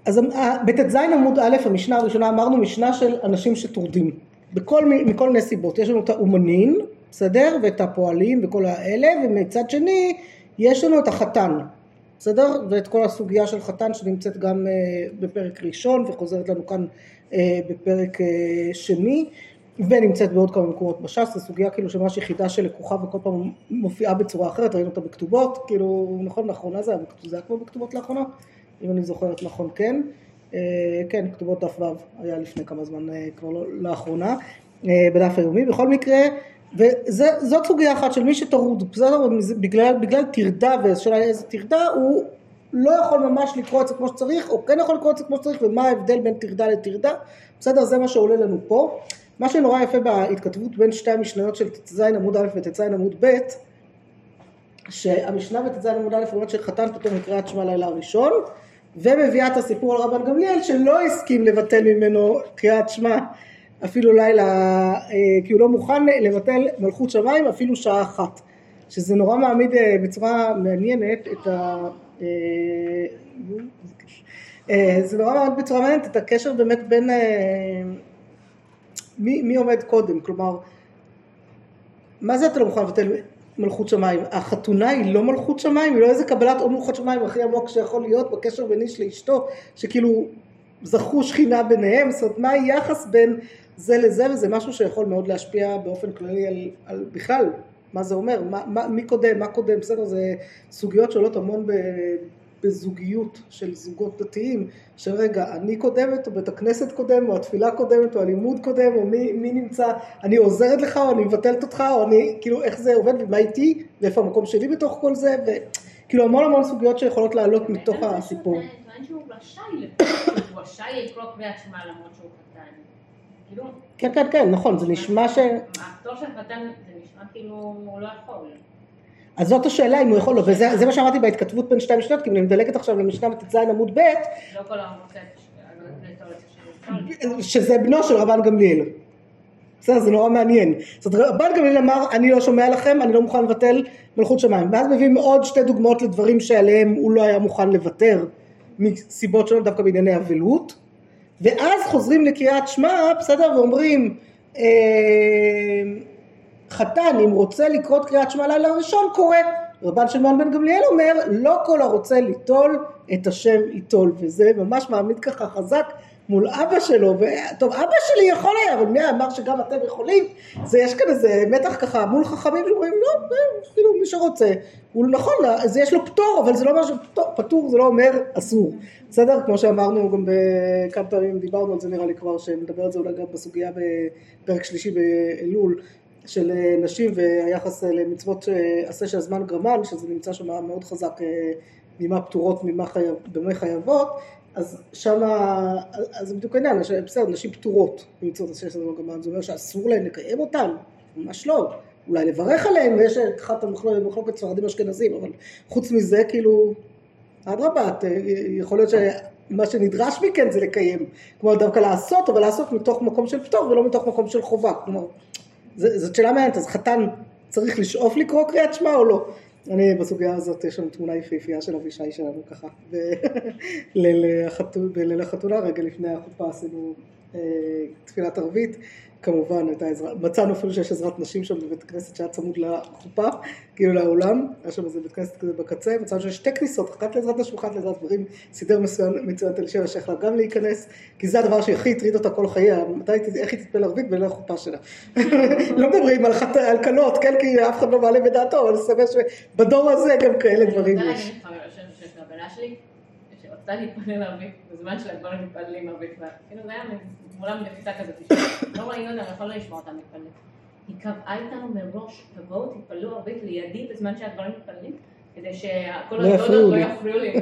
אז בתת זין עמוד א', המשנה הראשונה, אמרנו משנה של אנשים שטורדים, מכל מיני סיבות. יש לנו את האומנין, בסדר? ואת הפועלים וכל האלה, ומצד שני יש לנו את החתן, בסדר? ואת כל הסוגיה של חתן שנמצאת גם בפרק ראשון וחוזרת לנו כאן בפרק שני, ונמצאת בעוד כמה מקומות בש"ס. זו סוגיה כאילו שממש יחידה שלקוחה וכל פעם מופיעה בצורה אחרת, ראינו אותה בכתובות, כאילו נכון, לאחרונה זה היה כמו בכתובות לאחרונה, אם אני זוכרת נכון, כן. כן, כתובות דף ו' היה לפני כמה זמן, כבר לא לאחרונה, בדף היומי. בכל מקרה, וזאת סוגיה אחת של מי שטרוד, בגלל תרדה, ושאלה איזה תרדה, הוא לא יכול ממש לקרוא את זה כמו שצריך, או כן יכול לקרוא את זה כמו שצריך, ומה ההבדל בין תרדה לתרדה, בסדר, זה מה שעולה לנו פה. מה שנורא יפה בהתכתבות בין שתי המשניות של תז עמוד א' ותז עמוד ב', שהמשנה בתז עמוד א' אומרת שחתן פתאום מקריאת שמע לילה הראשון, ומביאה את הסיפור על רבן גמליאל שלא הסכים לבטל ממנו קריאת שמע אפילו לילה, כי הוא לא מוכן לבטל מלכות שמיים אפילו שעה אחת, שזה נורא מעמיד בצורה מעניינת את זה נורא מעמיד בצורה מעניינת את הקשר באמת בין מי עומד קודם, כלומר מה זה אתה לא מוכן לבטל מלכות שמיים? החתונה היא לא מלכות שמיים, היא לא איזה קבלת או מלכות שמיים הכי עמוק שיכול להיות בקשר בין איש לאשתו, שכאילו זכו שכינה ביניהם. זאת אומרת, מה היחס בין זה לזה, וזה משהו שיכול מאוד להשפיע באופן כללי על בכלל, מה זה אומר, מי קודם, מה קודם, בסדר, זה סוגיות שעולות המון בזוגיות של זוגות דתיים, שרגע, אני קודמת, או בית הכנסת קודם, או התפילה קודמת, או הלימוד קודם, או מי נמצא, אני עוזרת לך, או אני מבטלת אותך, או אני, כאילו, איך זה עובד, ומה איתי, ואיפה המקום שלי בתוך כל זה, וכאילו, המון סוגיות שיכולות לעלות מתוך הסיפור. שהוא רשאי לקרוא קריאת שמע למרות שהוא חתן. כן, נכון, זה נשמע הפטור של חתן, זה נשמע כאילו הוא לא יכול. אז זאת השאלה אם הוא יכול לו, וזה מה שאמרתי בהתכתבות בין שתי המשנות, כי אני מדלגת עכשיו למשנה בתז עמוד ב', לא כל העמוד שזה בנו של רבן גמליאל. זה נורא מעניין. זאת אומרת, רבן גמליאל אמר, אני לא שומע לכם, אני לא מוכן לבטל מלכות שמיים. ואז מביאים עוד שתי דוגמאות לדברים שעליהם הוא לא היה מוכן לוותר, מסיבות שונות דווקא בענייני אבלות. ואז חוזרים לקריאת שמע, בסדר, ואומרים, חתן, אם רוצה לקרוא קריאת שמע לילה הראשון, קורא. רבן שמעון בן גמליאל אומר, לא כל הרוצה ליטול את השם ייטול, וזה ממש מעמיד ככה חזק מול אבא שלו, וטוב, אבא שלי יכול היה, אבל מי אמר שגם אתם יכולים? זה יש כאן איזה מתח ככה מול חכמים שאומרים, לא, כאילו מי שרוצה, הוא נכון, זה יש לו פטור, אבל זה לא משהו, פטור זה לא אומר אסור, בסדר? כמו שאמרנו גם בכמה פעמים, דיברנו על זה נראה לי כבר, שנדבר על זה אולי גם בסוגיה בפרק שלישי באלול, של נשים והיחס למצוות שעשה שהזמן גרמן, שזה נמצא שם מאוד חזק, ממה פטורות, במה חייבות, אז שם, אז בדיוק העניין, בסדר, נשים פטורות במצוות עשה שהזמן גרמן, זה אומר שאסור להן לקיים אותן, ממש לא, אולי לברך עליהן, ויש אחת המחלוקת ספרדים אשכנזים, אבל חוץ מזה, כאילו, אדרבה, יכול להיות שמה שנדרש מכן זה לקיים, כמו דווקא לעשות, אבל לעשות מתוך מקום של פטור ולא מתוך מקום של חובה, כלומר, זאת שאלה מעניינת, אז חתן צריך לשאוף לקרוא קריאת שמע או לא? אני בסוגיה הזאת יש לנו תמונה יפהפייה של אבישי שלנו ככה, בליל החתונה, רגע לפני החופה עשינו תפילת ערבית, כמובן מצאנו אפילו שיש עזרת נשים שם בבית הכנסת שהיה צמוד לחופה, כאילו לעולם, היה שם איזה בית כנסת כזה בקצה, מצאנו שיש שתי כניסות, אחת לעזרת נשים, אחת לעזרת דברים, סידר מצוין אלישע השייח לה גם להיכנס, כי זה הדבר שהכי הטריד אותה כל חייה, איך היא תתפלל ערבית בליל החופה שלה. לא מדברים על קלות, כן, כי אף אחד לא מעלה בדעתו, אבל נסבר שבדור הזה גם כאלה דברים יש. שרצתה להתפלל ערבית, בזמן שהגברים מתפללים ערבית, כאילו זה היה מולם בפיסה כזאת, לא ראינו אותם, יכולנו לשמוע אותם מתפללים. היא קבעה איתנו מראש, תבואו תתפללו ערבית לידי בזמן שהגברים מתפללים, כדי שכל הדודות לא יפריעו לי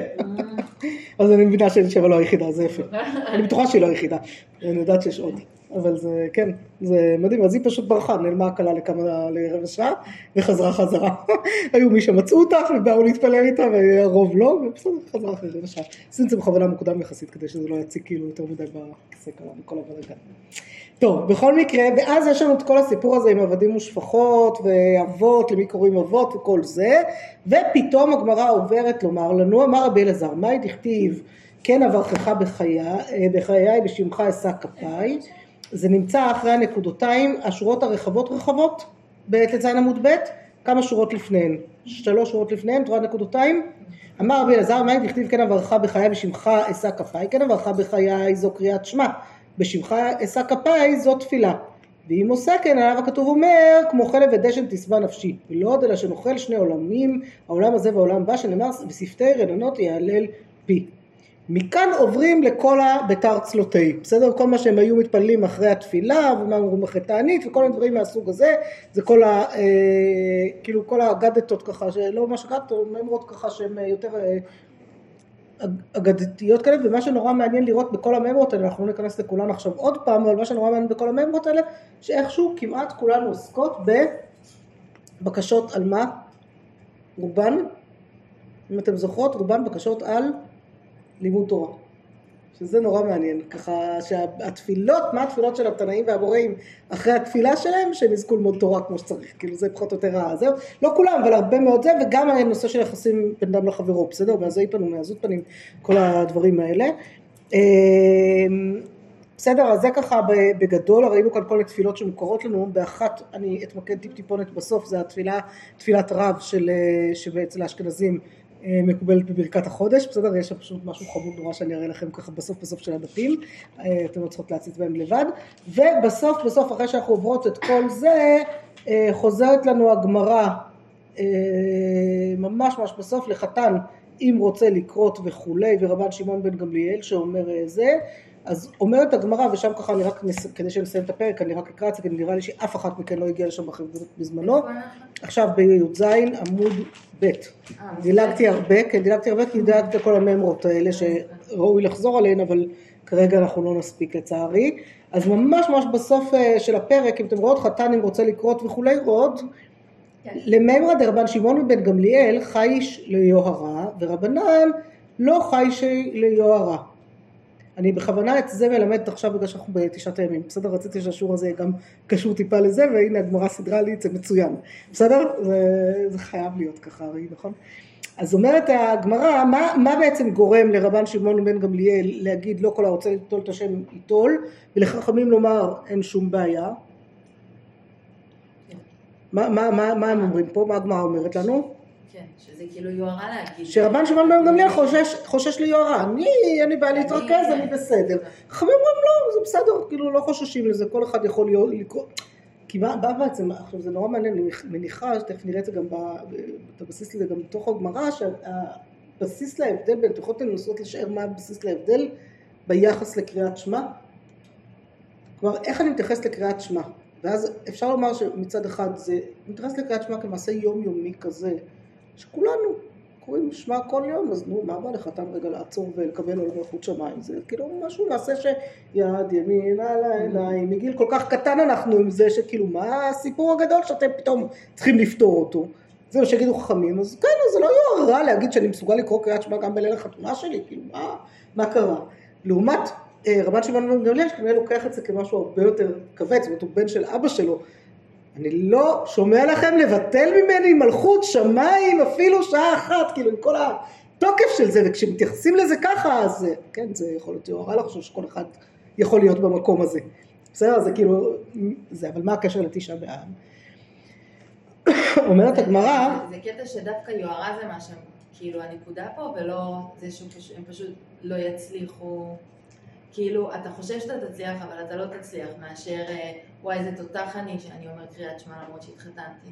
להתפלל. אז אני מבינה שאני לא היחידה, זה יפה. אני בטוחה שהיא לא היחידה, אני יודעת שיש עוד. אבל זה, כן, זה מדהים, אז היא פשוט ברחה, נעלמה הקלה לרבע שעה, וחזרה חזרה. היו מי שמצאו אותך, ובאו להתפלל איתה, והרוב לא, ובסדר, חזרה אחרי רבע שעה. עשינו את זה בכוונה מוקדם יחסית, כדי שזה לא יציג כאילו יותר מדי בכיסא קלה, בכל הבלגן. טוב, בכל מקרה, ואז יש לנו את כל הסיפור הזה עם עבדים ושפחות, ואבות, למי קוראים אבות וכל זה, ופתאום הגמרא עוברת לומר לנו, אמר רבי אלעזר, מהי דכתיב, כן אברכך בחיי בשמך אשא כפיי, זה נמצא אחרי הנקודותיים, השורות הרחבות רחבות, בט"ז עמוד ב', כמה שורות לפניהן, 3 שורות לפניהן, תורת נקודותיים, אמר רבי אלעזר, מהי דכתיב כן אברכך בחיי בשמך אשא כפיי, כן אברכך בחיי זו קריאת שמע, בשמך אשא כפיי זו תפילה, ואם עושה כן עליו הכתוב אומר כמו חלב ודשן תשבע נפשי, ולא עוד אלא שנאכל שני עולמים, העולם הזה והעולם הבא, שנאמר ושפתי רננות יהלל פי. מכאן עוברים לכל הביתר צלותי, בסדר? כל מה שהם היו מתפללים אחרי התפילה ומה אומרים אחרי תענית וכל הדברים מהסוג הזה, זה כאילו כל האגדתות ככה, שלא ממש אגדתות, ממרות ככה שהן יותר אגדתיות כאלה, ומה שנורא מעניין לראות בכל הממרות האלה, אנחנו לא ניכנס לכולן עכשיו עוד פעם, אבל מה שנורא מעניין בכל הממרות האלה, שאיכשהו כמעט כולן עוסקות בבקשות על מה? רובן, אם אתם זוכרות, רובן בקשות על לימוד תורה, שזה נורא מעניין, ככה שהתפילות, מה התפילות של התנאים והאמוראים אחרי התפילה שלהם, שהם יזכו ללמוד תורה כמו שצריך, כאילו זה פחות או יותר רע, זהו, לא כולם, אבל הרבה מאוד זה, וגם הנושא של יחסים בין אדם לחברו, בסדר, מהזוי פנים, מהזות פנים, כל הדברים האלה. בסדר, אז זה ככה בגדול, ראינו כאן כל התפילות שמוכרות לנו, באחת אני אתמקד טיפונת בסוף, זה תפילת רב שבאצל האשכנזים, מקובלת בברכת החודש, בסדר? יש שם פשוט משהו חמוד נורא שאני אראה לכם ככה בסוף של הדפים, אתם לא צריכות להציץ בהם לבד, ובסוף אחרי שאנחנו עוברות את כל זה, חוזרת לנו הגמרא, ממש בסוף לחתן, אם רוצה לקרות וכולי, ורבן שמעון בן גמליאל שאומר זה, אז אומרת הגמרא, ושם ככה אני רק, כדי שנסיים את הפרק, אני רק אקרא את זה, כי נראה לי שאף אחת מכן לא הגיעה לשם בזמנו. עכשיו בי"ז עמוד ב'. דילגתי הרבה, כי דילגתי כל הממרות האלה שראוי לחזור עליהן, אבל כרגע אנחנו לא נספיק לצערי. אז ממש בסוף של הפרק, אם אתם רואות חתן אם רוצה לקרות וכולי, רואות, לממרא דרבן שמעון בן גמליאל חייש ליוהרה, ורבנן לא חיישי ליוהרה. אני בכוונה את זה מלמדת עכשיו בגלל שאנחנו בתשעת הימים, בסדר? רציתי שהשיעור הזה גם קשור טיפה לזה, והנה הגמרא סדרה לי את זה מצוין, בסדר? זה חייב להיות ככה, נכון? אז אומרת הגמרא, מה בעצם גורם לרבן שמעון בן גמליאל להגיד לא כל הרוצה ליטול את השם ייטול, ולחכמים לומר אין שום בעיה? מה הם אומרים פה? מה הגמרא אומרת לנו? כן, שזה כאילו יוהרה להגיד. שרבן שמעון בן גמליאל חושש ליוהרה, אני באה להתרכז, אני בסדר. חכמים אומרים לא, זה בסדר, כאילו לא חוששים לזה, כל אחד יכול לקרוא. כי מה בעצם, עכשיו זה נורא מעניין, אני מניחה, שתכף נראה את זה גם, את הבסיס לזה גם בתוך הגמרא, שהבסיס להבדל בין, תוכלות לנסות לשער מה הבסיס להבדל ביחס לקריאת שמע. כלומר, איך אני מתייחס לקריאת שמע? ואז אפשר לומר שמצד אחד זה מתייחס לקריאת שמע כמעשה יומיומי כזה, שכולנו קוראים שמע כל יום, אז נו, מה בא לחתן רגע לעצור ולקבל עול מלכות שמיים? זה כאילו משהו מעשה שיד ימין על העיניים, מגיל כל כך קטן אנחנו עם זה שכאילו מה הסיפור הגדול שאתם פתאום צריכים לפתור אותו? זה מה שיגידו חכמים, אז כן, זה לא יהיה רע להגיד שאני מסוגל לקרוא קריאת שמע גם בליל החתונה שלי, כאילו מה קרה? לעומת רבן שמעון בן גמליאל שכנראה לוקח את זה כמשהו הרבה יותר כבד, זאת אומרת הוא בן של אבא שלו, אני לא שומע לכם לבטל ממני מלכות שמיים אפילו שעה אחת, כאילו עם כל התוקף של זה, וכשמתייחסים לזה ככה, אז כן, זה יכול להיות יוהרה לחשוב שכל אחד יכול להיות במקום הזה. בסדר, זה כאילו, זה, אבל מה הקשר לתשעה באב? אומרת הגמרא, זה קטע שדווקא יוהרה זה מה שהם, כאילו הנקודה פה, ולא זה שהם פשוט לא יצליחו, כאילו אתה חושב שאתה תצליח, אבל אתה לא תצליח, מאשר וואי זה תותח אני שאני אומר קריאת שמע למרות שהתחתנתי.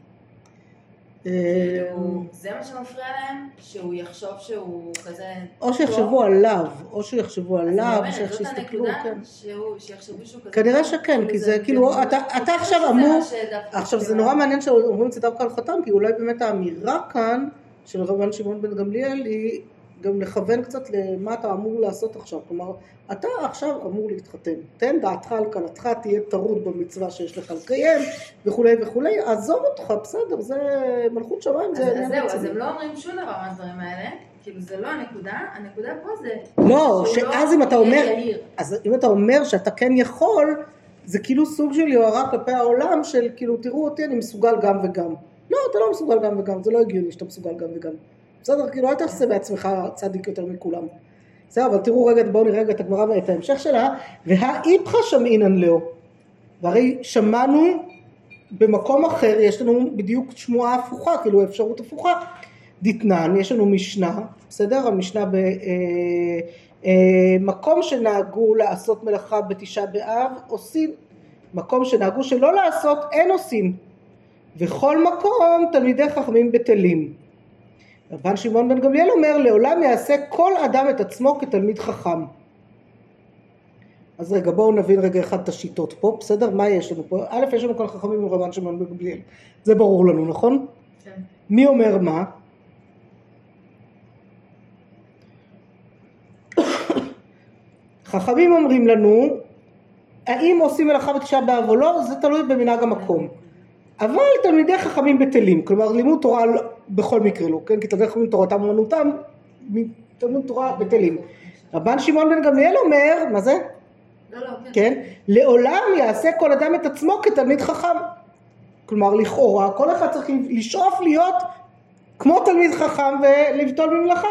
זה מה שמפריע להם, שהוא יחשוב שהוא כזה... או שיחשבו עליו, או שיחשבו עליו, זאת הנקודה שיחשבו שהוא כזה... כנראה שכן, כי זה כאילו, אתה עכשיו אמור... עכשיו זה נורא מעניין שאומרים את זה דווקא על חתן, כי אולי באמת האמירה כאן של רבן שמעון בן גמליאל היא גם לכוון קצת למה אתה אמור לעשות עכשיו, כלומר, אתה עכשיו אמור להתחתן, תן דעתך על קלתך, תהיה טרוד במצווה שיש לך לקיים, וכולי וכולי, עזוב אותך, בסדר, זה מלכות שמיים, זה... אז זהו, אז הם לא אומרים שום דבר מהדברים האלה, כאילו זה לא הנקודה פה זה... לא, שאז אם אתה אומר, אז אם אתה אומר שאתה כן יכול, זה כאילו סוג של יוהרה כלפי העולם, של כאילו, תראו אותי, אני מסוגל גם וגם. לא, אתה לא מסוגל גם וגם, זה לא הגיוני שאתה מסוגל גם וגם. בסדר, כאילו, אל תעשה בעצמך צדיק יותר מכולם. בסדר, אבל תראו רגע, בואו נראה רגע את הגמרא ואת ההמשך שלה, והאיפכא שמעינן לאו. והרי שמענו במקום אחר, יש לנו בדיוק שמועה הפוכה, כאילו אפשרות הפוכה. דתנן, יש לנו משנה, בסדר? המשנה במקום שנהגו לעשות מלאכה בתשעה באב, עושים. מקום שנהגו שלא לעשות, אין עושים. וכל מקום תלמידי חכמים בטלים. רבן שמעון בן גמליאל אומר, לעולם יעשה כל אדם את עצמו כתלמיד חכם. אז רגע, בואו נבין רגע אחד את השיטות פה, בסדר? מה יש לנו פה? א', יש לנו כאן חכמים עם רבן שמעון בן גמליאל. זה ברור לנו, נכון? כן. מי אומר מה? חכמים אומרים לנו, האם עושים מלאכה בתשעה באב או לא, זה תלוי במנהג המקום. אבל תלמידי חכמים בטלים, כלומר לימוד תורה בכל מקרה לא, כן? כי תלמידי חכמים תורתם אומנותם, תלמוד תורה בטלים. רבן שמעון בן גמליאל אומר, מה זה? לא, כן? לעולם יעשה כל אדם את עצמו כתלמיד חכם. כלומר לכאורה, כל אחד צריך לשאוף להיות כמו תלמיד חכם ולבטול ממלאכה.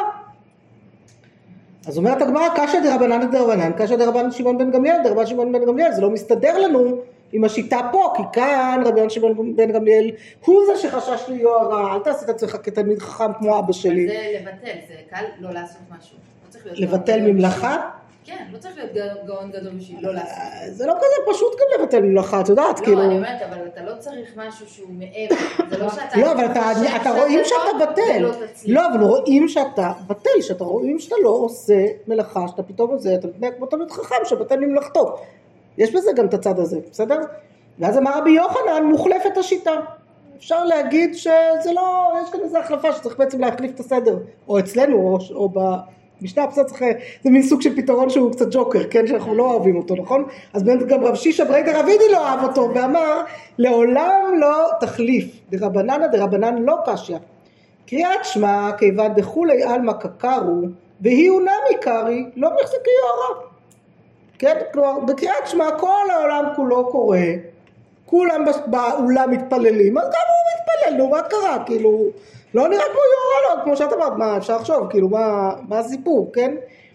אז אומרת הגמרא, קשיא דרבנן דרבנן, קשיא דרבן שמעון בן גמליאל, דרבן שמעון בן גמליאל, זה לא מסתדר לנו עם השיטה פה, כי כאן רבן שמעון בן גמליאל הוא זה שחשש ליוהרה, אל תעשה את עצמך כתלמיד חכם כמו אבא שלי. זה לבטל, זה קל לא לעשות משהו. לא צריך להיות לבטל ממלאכה? כן, לא צריך להיות גאון גדול בשביל לא לעשות. זה לא כזה פשוט גם לבטל ממלאכה, את יודעת, כאילו... לא, אני אומרת, אבל אתה לא צריך משהו שהוא מעבר, זה לא שאתה... לא, אבל אתה רואים שאתה בטל. לא, אבל רואים שאתה בטל, שאתה רואים שאתה לא עושה מלאכה, שאתה פתאום עושה, אתה מתנהג כמו תלמיד חכם שבטל ממלאכתו. יש בזה גם את הצד הזה, בסדר? ואז אמר רבי יוחנן, מוחלפת השיטה. אפשר להגיד שזה לא, יש כאן איזו החלפה שצריך בעצם להחליף את הסדר, או אצלנו, או במשנה הפסד צריך, זה מין סוג של פתרון שהוא קצת ג'וקר, כן, שאנחנו לא אוהבים אותו, נכון? אז באמת גם רב שישא ברי דרבידי לא אהב אותו, ואמר, לעולם לא תחליף, דרבנן דרבנן לא קשיא. קריאת שמע, כיוון דכולי עלמא קקרו, והיא נמי קרי, לא מחזיקי יוהרה. כן, כלומר, בקריאת שמע כל העולם כולו קורא, כולם באולם מתפללים, אז גם הוא מתפלל, נו, מה קרה? כאילו, לא נראה כמו יוהרה, לא, כמו שאת אמרת, מה אפשר לחשוב, כאילו, מה הסיפור, כן?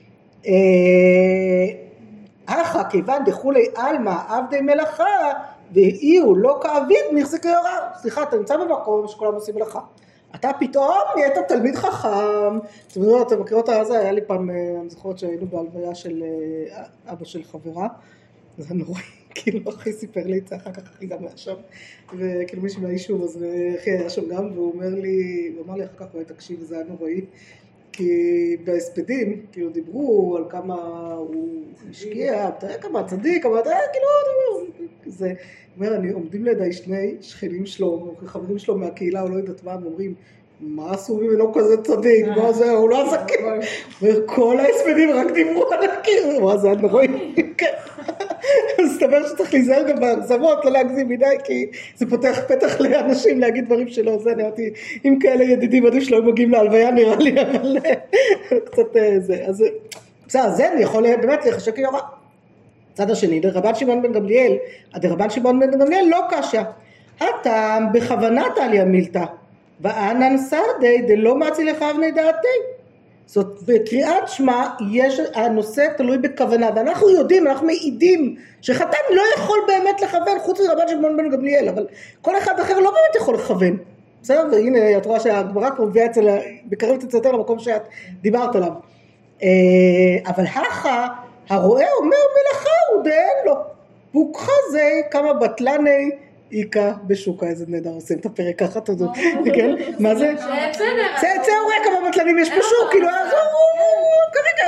אחא כיוון דכולי עלמא עבדי מלאכה, והיו לא כאביד מחזיקי יוהרה. סליחה, אתה נמצא במקום שכולם עושים מלאכה. אתה פתאום נהיית תלמיד חכם. אתם מכירות, אז היה לי פעם, אני זוכרת שהיינו בהלוויה של אבא של חברה, זה נוראי, כאילו אחי סיפר לי את זה, אחר כך אחי גם היה שם, וכאילו מישהו מהיישוב, אז אחי היה שם גם, והוא אמר לי אחר כך, תקשיב, זה היה נוראי, כי בהספדים, כאילו דיברו על כמה הוא השקיע, תראה כמה צדיק, כמה, כאילו, זה, אומר, עומדים לידי שני שכנים שלו, חברים שלו מהקהילה, או לא יודעת מה, הם אומרים, מה עשו ממנו כזה צדיק, מה זה, הוא לא עסק, וכל ההספדים רק דיברו על הקיר, מה זה, נוראי, כן. מסתבר שצריך להיזהר גם בהגזמות, לא להגזים מדי, כי זה פותח פתח לאנשים להגיד דברים שלא, זה נראיתי, אם כאלה ידידים עדיף שלא מגיעים להלוויה נראה לי, אבל קצת זה, אז בסדר, זה אני יכול באמת לחשק יורה. צד השני, דרבן שמעון בן גמליאל, הדרבן שמעון בן גמליאל לא קשיא, הטעם בכוונת עליה מילתא, ואנן סרדי דלא מצי לך אבני דעתי. זאת בקריאת שמע יש הנושא תלוי בכוונה, ואנחנו יודעים, אנחנו מעידים שחתן לא יכול באמת לכוון חוץ מרבן שמעון בן גמליאל, אבל כל אחד אחר לא באמת יכול לכוון. בסדר? והנה את רואה שהגמרא כבר מביאה בקרבת את זה יותר למקום שאת דיברת עליו. אבל הכא הרואה אומר מלאכה הוא דאין לו, בוקחה זה כמה בטלני איקה בשוקה. איזה נהדר עושים את הפרק ככה, תודות, כן? מה זה? בסדר. זה רואה כמה בטלנים יש בשוק, כאילו, כרגע לא בדיוק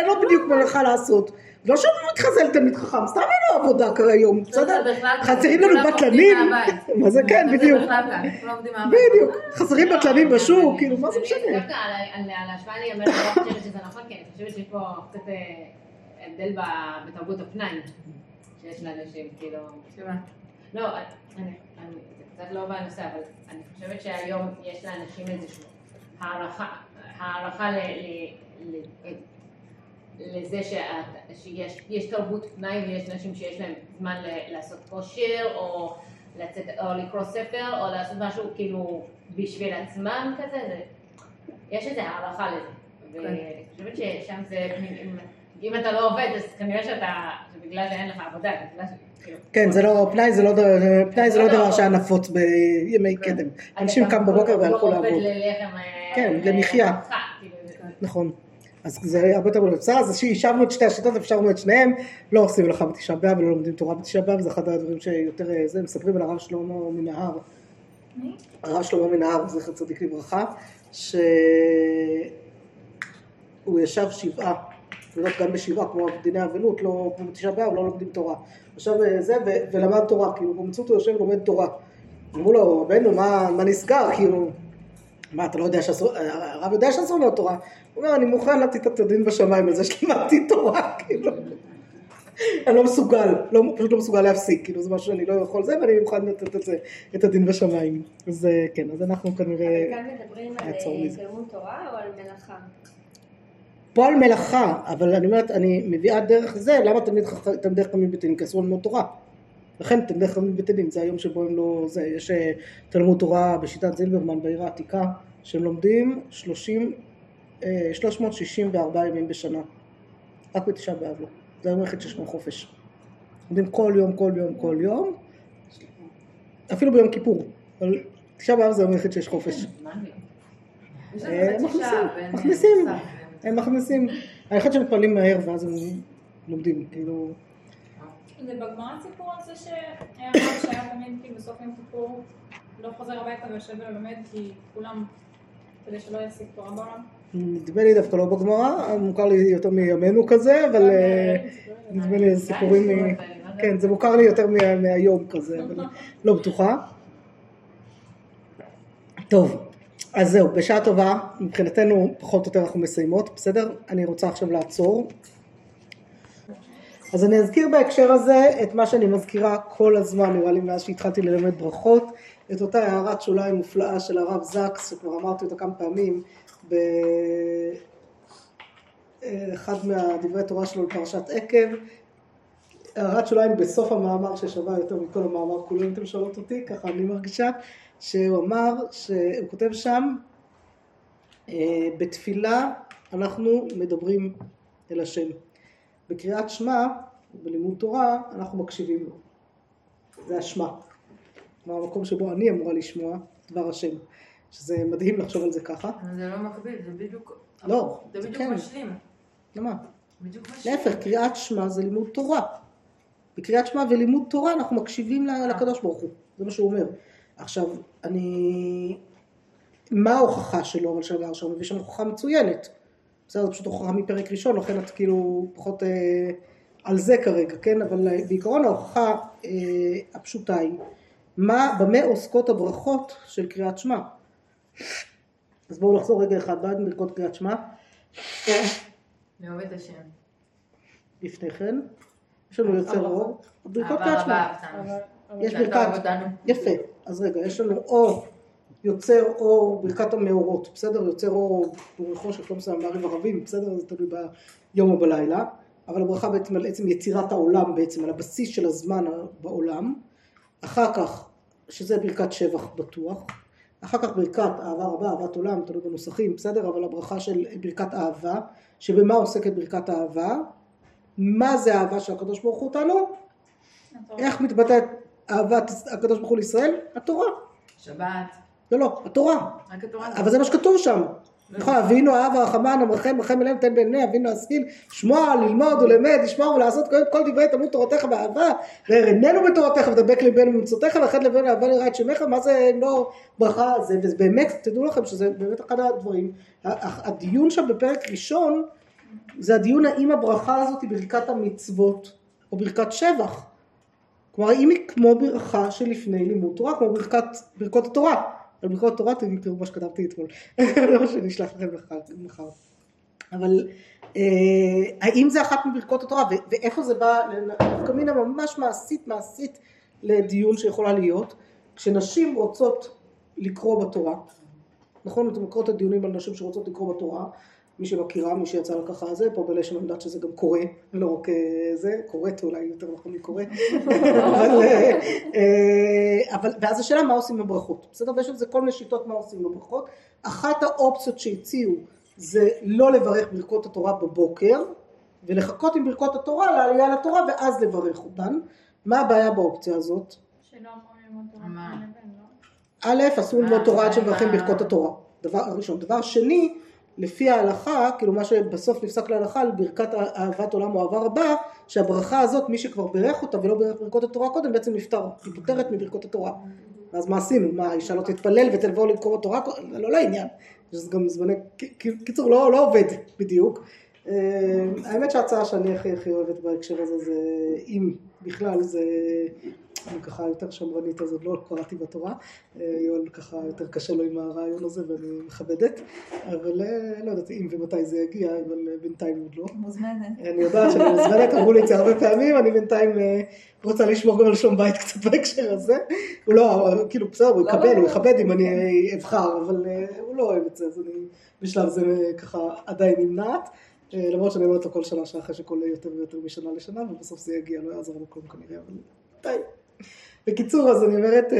מלאכה לעשות. לא שאני מתחזל תלמיד חכם, סתם אין לו עבודה כיום, בסדר? חסרים לנו בטלנים, מה זה כן, בדיוק. בדיוק, חסרים בטלנים בשוק, כאילו, מה זה משנה? דווקא על ההשוואה לי, אני לא חושבת שזה נכון, כי אני חושבת שיש פה קצת הבדל בתרבות הפנאי שיש לאנשים, כאילו... לא, זה קצת לא בנושא, אבל אני חושבת שהיום יש לאנשים איזושהי הערכה לזה שיש תרבות פנאי ויש אנשים שיש להם זמן לעשות כושר או לקרוא ספר או לעשות משהו כאילו בשביל עצמם כזה, יש איזו הערכה לזה. ואני חושבת ששם זה, אם אתה לא עובד אז כנראה בגלל שאין לך עבודה, כן, פנאי זה לא דבר שהיה נפוץ בימי קדם. אנשים קם בבוקר והלכו לעבוד. כן, למחיה. נכון. אז זה הרבה יותר בלבצה, אז שאישרנו את שתי השיטות, אפשרנו את שניהם, לא עושים מלאכה בתשעה באב ולא לומדים תורה בתשעה באב, זה אחד הדברים שיותר זה, מספרים על הרב שלמה מנהר. הרב שלמה מנהר, זכר צדיק לברכה, שהוא ישב שבעה, גם בשבעה, כמו דיני אבלות, לא כמו בתשעה באב, לא לומדים תורה. ישב זה ולמד תורה, כאילו במצוות הוא יושב ולומד תורה. אמרו לו, רבנו, מה נסגר, כאילו, מה, אתה לא יודע הרב יודע שאסור ללמוד תורה? הוא אומר, אני מוכן לתת את הדין בשמיים על זה שלמדתי תורה, כאילו. אני לא מסוגל, פשוט לא מסוגל להפסיק, כאילו זה משהו שאני לא יכול זה, ואני מוכן לתת את הדין בשמיים. אז כן, אז אנחנו כנראה... כאן מדברים על תלמוד תורה או על מלאכה? פה על מלאכה, אבל אני אומרת, אני מביאה דרך זה, למה תלמידי חכמים בטלים? כי אסור ללמוד תורה. לכן תלמידי חכמים בטלים, זה היום שבו הם לא... יש תלמוד תורה בשיטת זילברמן בעיר העתיקה, שהם לומדים 364 ימים בשנה. רק בתשעה באב לא. זה היום היחיד שיש לנו חופש. לומדים כל יום, אפילו ביום כיפור. אבל תשעה באב זה היום היחיד שיש חופש. הם מכניסים. אני חושבת שמתפעלים מהר ואז הם לומדים, כאילו... זה בגמרא סיפור על זה שהיה רב שהיה תמיד כי בסוף יום כיפור לא חוזר הביתה ויושב ולומד כי כולם, כדי שלא יעסיק תורה בעולם? נדמה לי דווקא לא בגמרא, מוכר לי יותר מימינו כזה, אבל נדמה לי סיפורים, כן, זה מוכר לי יותר מהיום כזה, אבל לא בטוחה. טוב, אז זהו, בשעה טובה, מבחינתנו פחות או יותר אנחנו מסיימות, בסדר? אני רוצה עכשיו לעצור. אז אני אזכיר בהקשר הזה את מה שאני מזכירה כל הזמן, נראה לי מאז שהתחלתי ללמד ברכות, את אותה הערת שוליים מופלאה של הרב זקס, שכבר אמרתי אותה כמה פעמים, באחד מהדברי תורה שלו לפרשת עקב, הערת שוליים בסוף המאמר ששווה יותר מכל המאמר כולו, אם אתם שואלות אותי, ככה אני מרגישה, שהוא אמר, שהוא כותב שם, בתפילה אנחנו מדברים אל השם. בקריאת שמע, בלימוד תורה, אנחנו מקשיבים לו. זה השמע. מהמקום שבו אני אמורה לשמוע דבר השם. שזה מדהים לחשוב על זה ככה. זה לא מקביל, זה בדיוק... לא, זה בדיוק משלים. למה? בדיוק משלים. להפך, קריאת שמע זה לימוד תורה. בקריאת שמע ולימוד תורה אנחנו מקשיבים לקדוש ברוך הוא. זה מה שהוא אומר. עכשיו, מה ההוכחה שלו, אבל של הרשם? מביא שם הוכחה מצוינת. בסדר, זה פשוט הוכחה מפרק ראשון, לכן את כאילו פחות על זה כרגע, כן? אבל בעיקרון ההוכחה הפשוטה היא, במה עוסקות הברכות של קריאת שמע? אז בואו נחזור רגע אחד בעד ברכות קריאת שמע. לאהוב את השם. לפני כן, יש לנו יוצר אור, ברכות קריאת שמע. יש ברכת, יפה, אז רגע, יש לנו אור, יוצר אור, ברכת המאורות, בסדר? יוצר אור בחושך, לא מסוים, בערב ערבים, בסדר? זה תלוי ביום או בלילה, אבל הברכה בעצם על עצם יצירת העולם בעצם, על הבסיס של הזמן בעולם, אחר כך, שזה ברכת שבח בטוח, אחר כך ברכת אהבה רבה, אהבת עולם, תלוי בנוסחים, בסדר? אבל הברכה של ברכת אהבה, שבמה עוסקת ברכת אהבה? מה זה האהבה של הקדוש ברוך הוא אותנו? איך מתבטאת אהבת הקדוש ברוך הוא לישראל? התורה. שבת. לא, התורה. רק התורה. אבל זה מה שכתוב שם. נכון, אבינו אהב הרחמן המרחם רחם אליהם תן בעיני אבינו השכיל, שמוע, ללמוד ולמד, לשמוע ולעשות כל דברי תלמוד תורתך באהבה, והרננו בתורתך ודבק ליבנו במצוותיך ואחד לבנו אהבה לרעה את שמך. מה זה לא ברכה? זה באמת, תדעו לכם שזה באמת אחד הדברים. הדיון שם בפרק ראשון זה הדיון האם הברכה הזאת היא ברכת המצוות או ברכת שבח. כלומר, אם היא כמו ברכה שלפני לימוד תורה, כמו ברכות התורה. על ברכות התורה תראו מה שכתבתי אתמול, לא שנשלח לכם מחר. אבל האם זה אחת מברכות התורה, ואיפה זה בא, כמינה ממש מעשית לדיון שיכולה להיות, כשנשים רוצות לקרוא בתורה, נכון? אתם מכירות את הדיונים על נשים שרוצות לקרוא בתורה, מי שמכירה, מי שיצא לקחה זה, פה בלשם עמדת שזה גם קורה, לא רק זה, קוראת אולי יותר נכון לקורא, אבל ואז השאלה מה עושים בברכות, בסדר? ויש על זה כל מיני שיטות מה עושים בברכות, אחת האופציות שהציעו זה לא לברך ברכות התורה בבוקר, ולחכות עם ברכות התורה לעלייה לתורה ואז לברך אותן. מה הבעיה באופציה הזאת? שלא אמרו ללמוד תורה לפני א', לבין, לא? אסור ללמוד תורה עד שמברכים ברכות התורה, דבר ראשון. דבר שני, לפי ההלכה, כאילו מה שבסוף נפסק להלכה על ברכת אהבת עולם או אהבה רבה, שהברכה הזאת, מי שכבר ברך אותה ולא ברך ברכות התורה קודם, בעצם נפטר, היא פותרת מברכות התורה. אז מה עשינו? מה, האישה לא תתפלל ותבוא לקרוא בתורה? לא לעניין. זה גם זמני, קיצור, לא עובד בדיוק. האמת שההצעה שאני הכי אוהבת בהקשר הזה זה, אם בכלל זה, אני ככה יותר שמרנית, אז עוד לא קראתי בתורה, יואל ככה יותר קשה לו עם הרעיון הזה ואני מכבדת, אבל לא יודעת אם ומתי זה יגיע, אבל בינתיים עוד לא. מוזמנת. אני יודעת שאני מוזמנת, אמרו לי את זה הרבה פעמים, אני בינתיים רוצה לשמור גם על שלום בית קצת בהקשר הזה, הוא לא, כאילו בסדר, הוא יקבל, הוא יכבד אם אני אבחר, אבל הוא לא אוהב את זה, אז אני בשלב זה ככה עדיין נמנעת, למרות שאני אומרת לו כל שנה שאחרי שכל יותר ויותר משנה לשנה, ובסוף זה יגיע, לא יעזור מקום כנראה, אבל די. בקיצור, אז אני אומרת,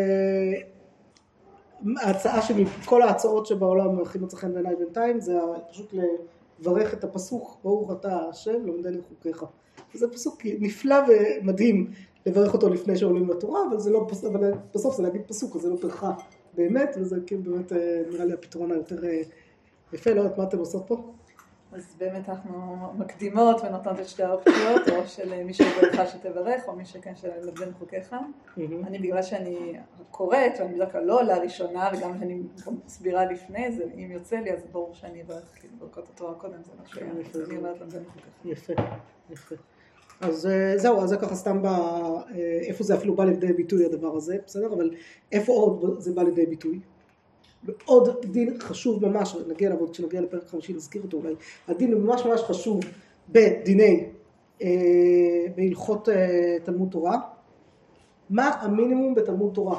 ההצעה שמכל ההצעות שבעולם הכי מצא חן בעיניי בינתיים, זה פשוט לברך את הפסוק, ברוך אתה השם, לומדני חוקיך. זה פסוק נפלא ומדהים לברך אותו לפני שעולים לתורה, אבל זה לא, אבל בסוף זה להגיד פסוק, אז זה לא ברכה באמת, וזה כאילו באמת נראה לי הפתרון היותר יפה, לא יודעת מה אתם עושות פה? אז באמת אנחנו מקדימות ונותנות את שתי האופציות, או של מי שברך שתברך, או מי שכן של לבדן חוקיך. אני בגלל שאני קוראת, ואני בדרך כלל לא עולה ראשונה, וגם שאני מסבירה לפני זה, אם יוצא לי, אז ברור שאני אברך, כאילו ברכות התורה קודם, זה משהו, אני אומרת לבדן חוקיך. יפה, יפה. אז זהו, אז זה ככה סתם איפה זה אפילו בא לידי ביטוי הדבר הזה, בסדר? אבל איפה עוד זה בא לידי ביטוי? עוד דין חשוב ממש, נגיע לעבוד, כשנגיע לפרק 50 נזכיר אותו אולי, הדין הוא ממש ממש חשוב בדיני, בהלכות תלמוד תורה. מה המינימום בתלמוד תורה?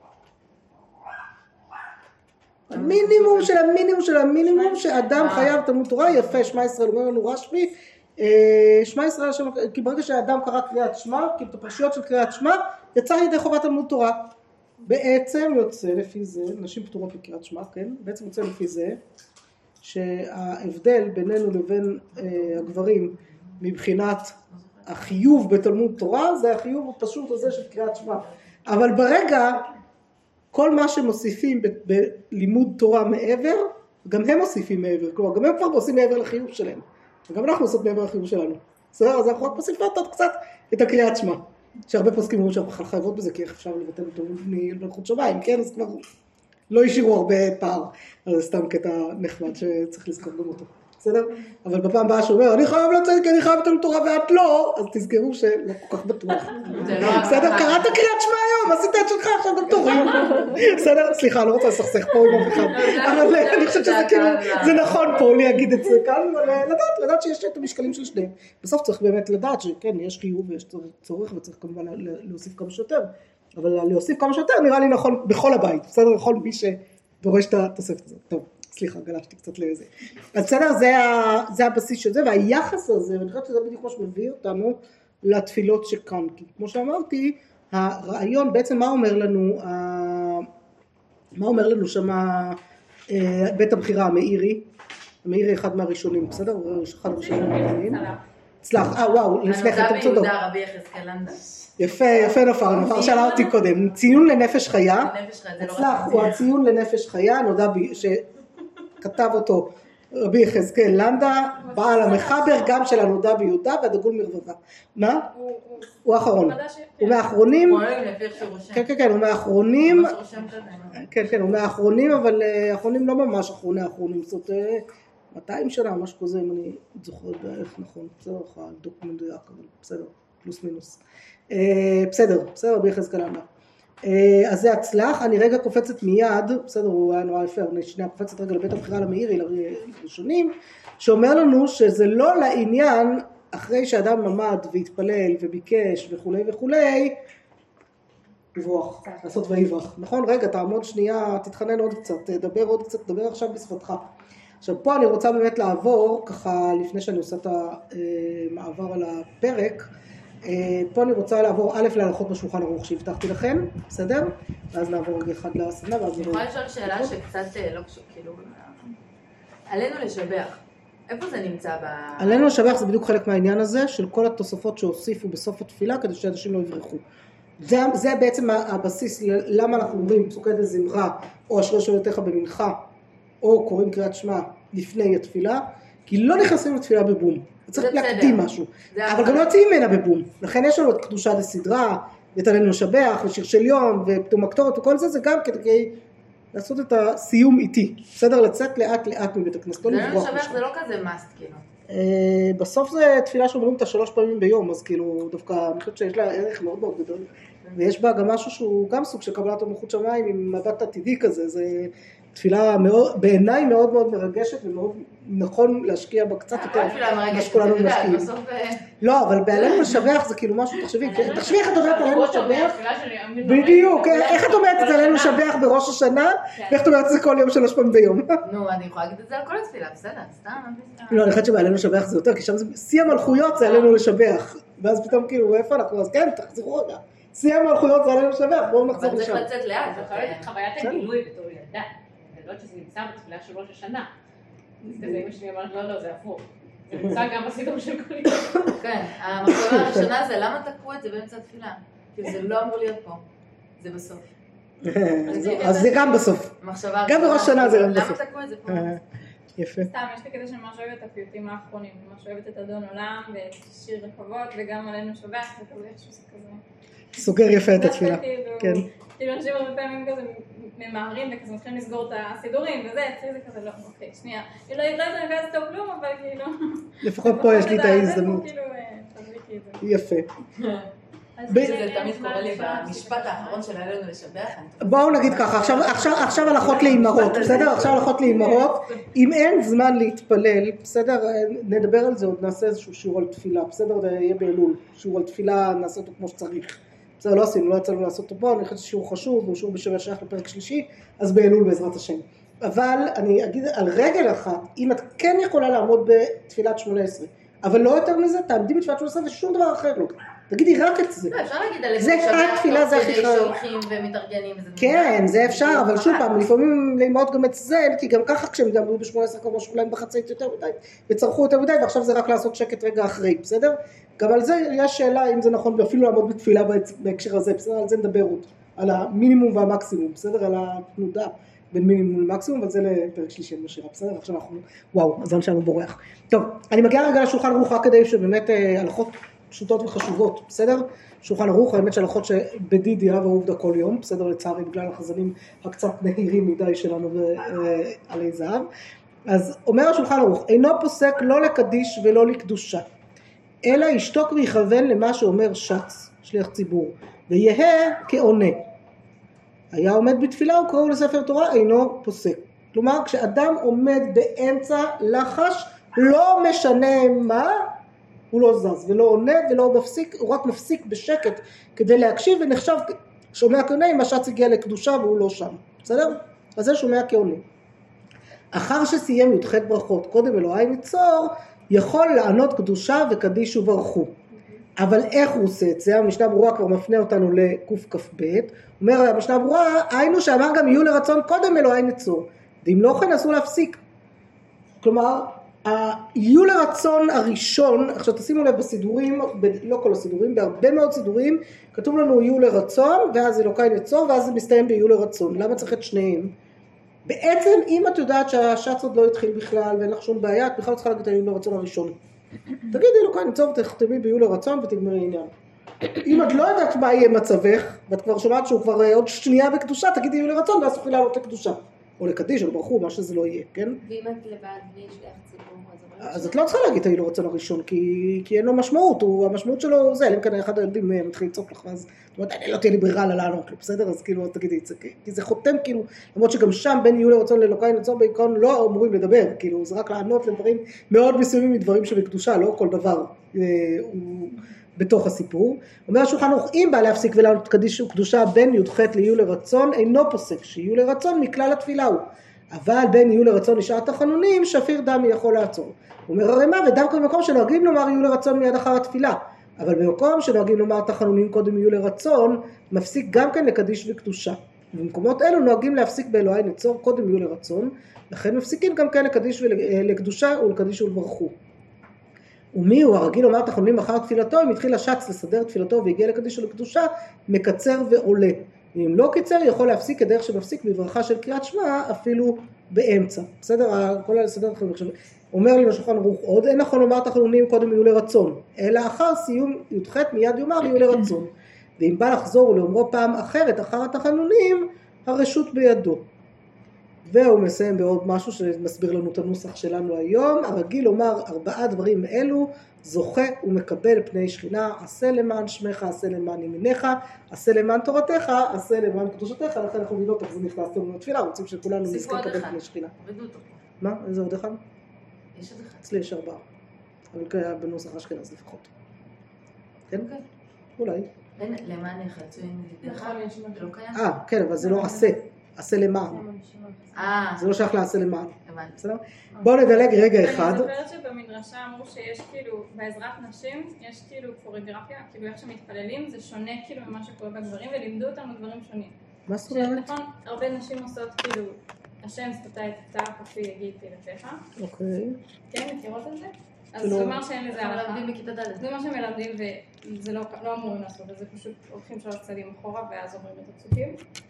המינימום של המינימום של המינימום שאדם חייב תלמוד תורה, יפה, שמע ישראל, אומר לנו רשב"י, שמע ישראל, כי ברגע שהאדם קרא קריאת שמע, כי את הפרשיות של קריאת שמע, יצא ידי חובת תלמוד תורה. בעצם יוצא לפי זה, נשים פטורות בקריאת שמע, כן? בעצם יוצא לפי זה, שההבדל בינינו לבין הגברים מבחינת החיוב בתלמוד תורה, זה החיוב הפשוט הזה של קריאת שמע. אבל ברגע, כל מה שמוסיפים בלימוד תורה מעבר, גם הם מוסיפים מעבר, כלומר, גם הם כבר עושים מעבר לחיוב שלהם. וגם אנחנו עושות מעבר לחיוב שלנו. בסדר? אז אנחנו רק מוסיפים קצת את הקריאת שמע. שהרבה פוסקים אומרים שאנחנו בכלל חייבות בזה, כי איך אפשר לבטל אותו מלכות שמיים, כן? אז כבר לא השאירו הרבה פער, אז זה סתם קטע נחמד שצריך לזכור גם אותו, בסדר? אבל בפעם הבאה שאומר, אני חייב לצאת כי אני חייב לתלמוד תורה ואת לא, אז תזכרו שלא כל כך בטוח. בסדר? קראת קריאת שמע היום, עשית את שלך, עכשיו גם תורי. בסדר? סליחה, לא רוצה לסכסך פה עם אף אחד, אבל אני חושבת שזה כאילו, זה נכון פה להגיד את זה כאן, אבל לדעת שיש את המשקלים של שניהם. בסוף צריך באמת לדעת שכן, יש חיוב ויש צורך וצריך כמובן להוסיף כמה שיותר, אבל להוסיף כמה שיותר נראה לי נכון בכל הבית, בסדר? לכל מי שדורש את התוספת הזאת. טוב, סליחה, גלשתי קצת לזה. אז בסדר, זה הבסיס של זה, והיחס הזה, ואני חושבת שזה בדיוק מה שמביא אותנו לתפילות שכאן, כי כמו שאמרתי, הרעיון בעצם מה אומר לנו שמה בית הבחירה המאירי, המאירי אחד מהראשונים, בסדר? אחד הראשונים. צלח, וואו, לפני כן, אתם צודות. רבי יחזקאל לנדא. יפה נופר שאלה אותי קודם, ציון לנפש חיה, הצלח הוא הציון לנפש חיה, נודע שכתב אותו רבי יחזקאל לנדא, בעל המחבר גם של הנודע ביהודה והדגול מרבבה. מה? הוא האחרון. הוא מהאחרונים. כן, הוא מהאחרונים. כן, הוא מהאחרונים, אבל האחרונים לא ממש האחרונים. זאת 200 שנה, משהו כזה, אם אני זוכרת בערך נכון, בסדר, דוק מדויק, אבל בסדר, פלוס מינוס. בסדר, ביחזקאל אמר. אז זה הצלח, אני רגע קופצת מיד, בסדר, הוא היה נורא יפה, אני שנייה קופצת רגע לבית הבחירה למאירי, לראשונים, שאומר לנו שזה לא לעניין, אחרי שאדם עמד והתפלל וביקש וכולי, לברוח, לעשות ויברח, נכון? רגע, תעמוד שנייה, תתחנן עוד קצת, תדבר עוד קצת, תדבר עכשיו בשפתך. עכשיו פה אני רוצה באמת לעבור, ככה לפני שאני עושה את המעבר על הפרק, פה אני רוצה לעבור א' להלכות בשולחן ערוך שהבטחתי לכם, בסדר? ואז נעבור רגע אחד לסדנה. אני יכולה לשאול שאלה שקצת לא קשור, כאילו, עלינו לשבח. איפה זה נמצא עלינו לשבח זה בדיוק חלק מהעניין הזה, של כל התוספות שהוסיפו בסוף התפילה, כדי שאנשים לא יברחו. זה בעצם הבסיס למה אנחנו אומרים פסוקי דזמרה, או אשרי שואלתך במנחה, או קוראים קריאת שמע לפני התפילה, כי לא נכנסים לתפילה בבום. צריך להקדים משהו, אבל גם לא יוצאים ממנה בבום. לכן יש לנו את קדושה דסדרה, ואת עלינו לשבח, ושיר של יום, ופתאום הקטורת וכל זה, זה גם כדי לעשות את הסיום איתי. בסדר? לצאת לאט לאט מבית הכנסת. עלינו לשבח זה לא כזה מאסט, כאילו. בסוף זה תפילה שאומרים אותה 3 פעמים ביום, אז כאילו דווקא אני חושבת שיש לה ערך מאוד מאוד גדול, ויש בה גם משהו שהוא גם סוג של קבלת המלכות שמיים עם מבט עתידי כזה, זה תפילה בעיניי מאוד מאוד מרגשת ומאוד נכון להשקיע בה קצת יותר. מה שכולנו משקיעים. לא, אבל בעלינו לשבח זה כאילו משהו, תחשבי איך את אומרת עלינו לשבח? בדיוק, איך את אומרת את זה עלינו לשבח בראש השנה, ואיך את אומרת את זה כל יום 3 פעמים ביום? נו, אני יכולה להגיד את זה על כל התפילה, בסדר, סתם. לא, אני חושבת שבעלינו לשבח זה יותר, כי שם זה שיא המלכויות זה עלינו לשבח, ואז פתאום כאילו איפה אנחנו, אז כן, תחזרו רגע. שיא המלכויות זה עלינו לשבח, בואו נחזור לשם. אבל צריך לצאת לאט. זה יכול להיות חוויית הגילוי בתור ילדה. לא שזה נמצא בתפילה של ראש השנה. אז אמא שלי אמרת, לא, זה הפוך. זה נמצא גם בסידור של כל יום. כן, המחשבה הראשונה זה למה תקעו את זה באמצע התפילה? כי זה לא אמור להיות פה. זה בסוף. אז זה גם בסוף. גם בראש השנה זה גם בסוף. למה תקעו את זה פה? יפה. סתם, יש לי כזה שממש אוהבת את הפיוטים האחרונים. ממש אוהבת את אדון עולם ואת שיר רחבות וגם עלינו שבח וכזה איכשהו זה כזה. סוגר יפה את התפילה. כאילו אנשים הרבה פעמים כזה ממהרים וכזה מתחילים לסגור את הסידורים וזה, אצלי זה כזה לא, אוקיי, שנייה. לא יודעת אני יודעת טוב כלום, אבל כאילו... לפחות פה יש לי את ההזדמנות. כאילו, תבריחי את זה. יפה. זה תמיד קורה לי במשפט האחרון של עלינו לשבח. בואו נגיד ככה, עכשיו הלכות לאימהות, בסדר? עכשיו הלכות לאימהות. אם אין זמן להתפלל, בסדר? נדבר על זה, עוד נעשה איזשהו שיעור על תפילה, בסדר? זה יהיה באלול. שיעור על תפילה נעשה אותו כמו שצריך. בסדר, לא עשינו, לא יצאנו לעשות אותו פה, אני חושבת שיעור חשוב, הוא שיעור בשבוע שייך לפרק שלישי, אז באלול בעזרת השם. אבל אני אגיד על רגל אחת, אם את כן יכולה לעמוד בתפילת 18, אבל לא יותר מזה, תעמדי בתפילת 18 ושום דבר אחר לא. תגידי רק את זה. לא, אפשר להגיד על זה התפילה, זה הכי חרב. שהולכים ומתארגנים. כן, זה אפשר, אבל שוב פעם, לפעמים לאמהות גם את זה, כי גם ככה כשהם יעמדו ב-18 כמו שאולי בחצאית יותר מדי, וצרכו יותר מדי, ועכשיו זה רק לעשות שקט רגע אחרי, בסדר? גם על זה יש שאלה אם זה נכון, ואפילו לעמוד בתפילה בהקשר הזה, בסדר? על זה נדבר עוד, על המינימום והמקסימום, בסדר? על התנודה בין מינימום למקסימום, אבל זה לפרק שלישי אני משאירה, בסדר? עכשיו אנחנו, וואו, הזמן שלנו בורח. טוב, אני מגיעה רגע לשולחן ערוך רק כדי שבאמת הלכות פשוטות וחשובות, בסדר? שולחן ערוך, האמת שהלכות שבדידיה ועובדה כל יום, בסדר? לצערי, בגלל החזנים הקצת נהירים מדי שלנו ועלי זהב. אז אומר השולחן ערוך, אינו פוסק לא לקדיש ולא לקדושה, אלא ישתוק ויכוון למה שאומר שץ, שליח ציבור, ויהיה כעונה. היה עומד בתפילה וקראו לספר תורה, אינו פוסק. כלומר, כשאדם עומד באמצע לחש, לא משנה מה, הוא לא זז ולא עונה ולא מפסיק, הוא רק מפסיק בשקט כדי להקשיב ונחשב שומע כעונה אם השץ הגיע לקדושה והוא לא שם. בסדר? אז זה שומע כעונה. אחר שסיים י"ח ברכות, קודם אלוהי ניצור, יכול לענות קדושה וקדיש וברכו. אבל איך הוא עושה את זה? המשנה ברורה כבר מפנה אותנו לקכ"ב. אומר המשנה ברורה, היינו שאמר גם יהיו לרצון קודם אלוהי ניצור. ואם לא כן אסור להפסיק. כלומר, היהיו לרצון הראשון, עכשיו תשימו לב בסידורים, לא כל הסידורים, בהרבה מאוד סידורים, כתוב לנו יהיו לרצון, ואז אלוקי ניצור, ואז זה מסתיים ביהיו לרצון. למה צריך את שניהם? בעצם אם את יודעת שהשץ עוד לא התחיל בכלל, ואין לך שום בעיה, את בכלל צריכה להגיד היהיו לרצון הראשון. תגידי אלוקי ניצור ותכתבי ביהיו לרצון ותגמרי עניין. אם את לא יודעת מה יהיה מצבך, ואת כבר שומעת שהוא כבר עוד שנייה בקדושה, תגידי יהיו לרצון, ואז תוכלי לעלות לקדושה. או לקדיש, או לברכו, מה שזה לא יהיה, כן? ואם את לבד ויש לך ציבור, אז את לא צריכה להגיד היו לרצון הראשון, כי אין לו משמעות, המשמעות שלו זה, אלא אם כן אחד הילדים מתחיל לצעוק לך, אז זאת אומרת, אני לא תהיה לי ברירה לענות לו, בסדר? אז כאילו, תגידי את זה, כי זה חותם כאילו, למרות שגם שם בין יהיו לרצון לאלוקי נצור בעיקרון לא אמורים לדבר, כאילו, זה רק לענות לדברים מאוד מסוימים מדברים שבקדושה, לא כל דבר הוא בתוך הסיפור. אומר השולחן ערוך, אם בא להפסיק ולענות קדיש וקדושה בין י"ח ליהיו לרצון, אינו פוסק, שיהיו לרצון מכלל התפילה הוא. אבל בין יהיו לרצון לשעת החנונים, שפיר דם יכול לעצור. הוא אומר הרמ"א, ודווקא במקום שנוהגים לומר יהיו לרצון מיד אחר התפילה, אבל במקום שנוהגים לומר תחנונים קודם יהיו לרצון, מפסיק גם כן לקדיש וקדושה. במקומות אלו נוהגים להפסיק באלוהי נצור קודם יהיו לרצון, לכן מפסיקים גם כן לקדיש ולקדושה ולקדיש ולברכו. ומי הוא הרגיל לומר תחנונים אחר תפילתו, אם התחיל השץ לסדר תפילתו והגיע לקדיש ולקדושה, מקצר ועולה. אם לא קיצר, יכול להפסיק כדרך שמפסיק בברכה של קריאת שמע, אפילו באמצע. בסדר? כל הסדר לכם עכשיו. אומר לי בשולחן ערוך עוד, אין נכון לומר תחנונים קודם יהיו לרצון, אלא אחר סיום י"ח מיד יאמר יהיו לרצון. ואם בא לחזור ולאומרו פעם אחרת אחר התחנונים, הרשות בידו. והוא מסיים בעוד משהו שמסביר לנו את הנוסח שלנו היום. הרגיל לומר 4 דברים אלו, זוכה ומקבל פני שכינה, עשה למען שמך, עשה למען ימינך, עשה למען תורתך, עשה למען קדושתך. לכן אנחנו נדעות איך זה נכנס לנו לתפילה, רוצים שכולנו נזכה לקבל פני שכינה. מה? איזה עוד אחד? יש עוד אחד. אצלי יש 4. אבל כהיה בנוסח אשכנז לפחות. כן? אולי. למען יחצו עם ידידך? לא קיים? כן, אבל זה לא עשה. עשה למען. זה לא שייך לעשה למען. בסדר? בואו נדלג רגע אחד. אני זוכרת שבמדרשה אמרו שיש כאילו, בעזרת נשים, יש כאילו קוריאוגרפיה, כאילו איך שמתפללים, זה שונה כאילו ממה שקורה בגברים, ולימדו אותנו דברים שונים. מה זאת אומרת? נכון, הרבה נשים עושות כאילו, השם שפתיי תפתח, כפי יגיד תהילתך. אוקיי. כן, מכירות את זה? אז זה אומר שאין לזה הלכה. מלמדים בכיתה ד'. זה מה שמלמדים וזה לא אמורים לעשות, וזה פשוט הולכים 3 צעדים אחורה ואז אומרים את הפסוקים.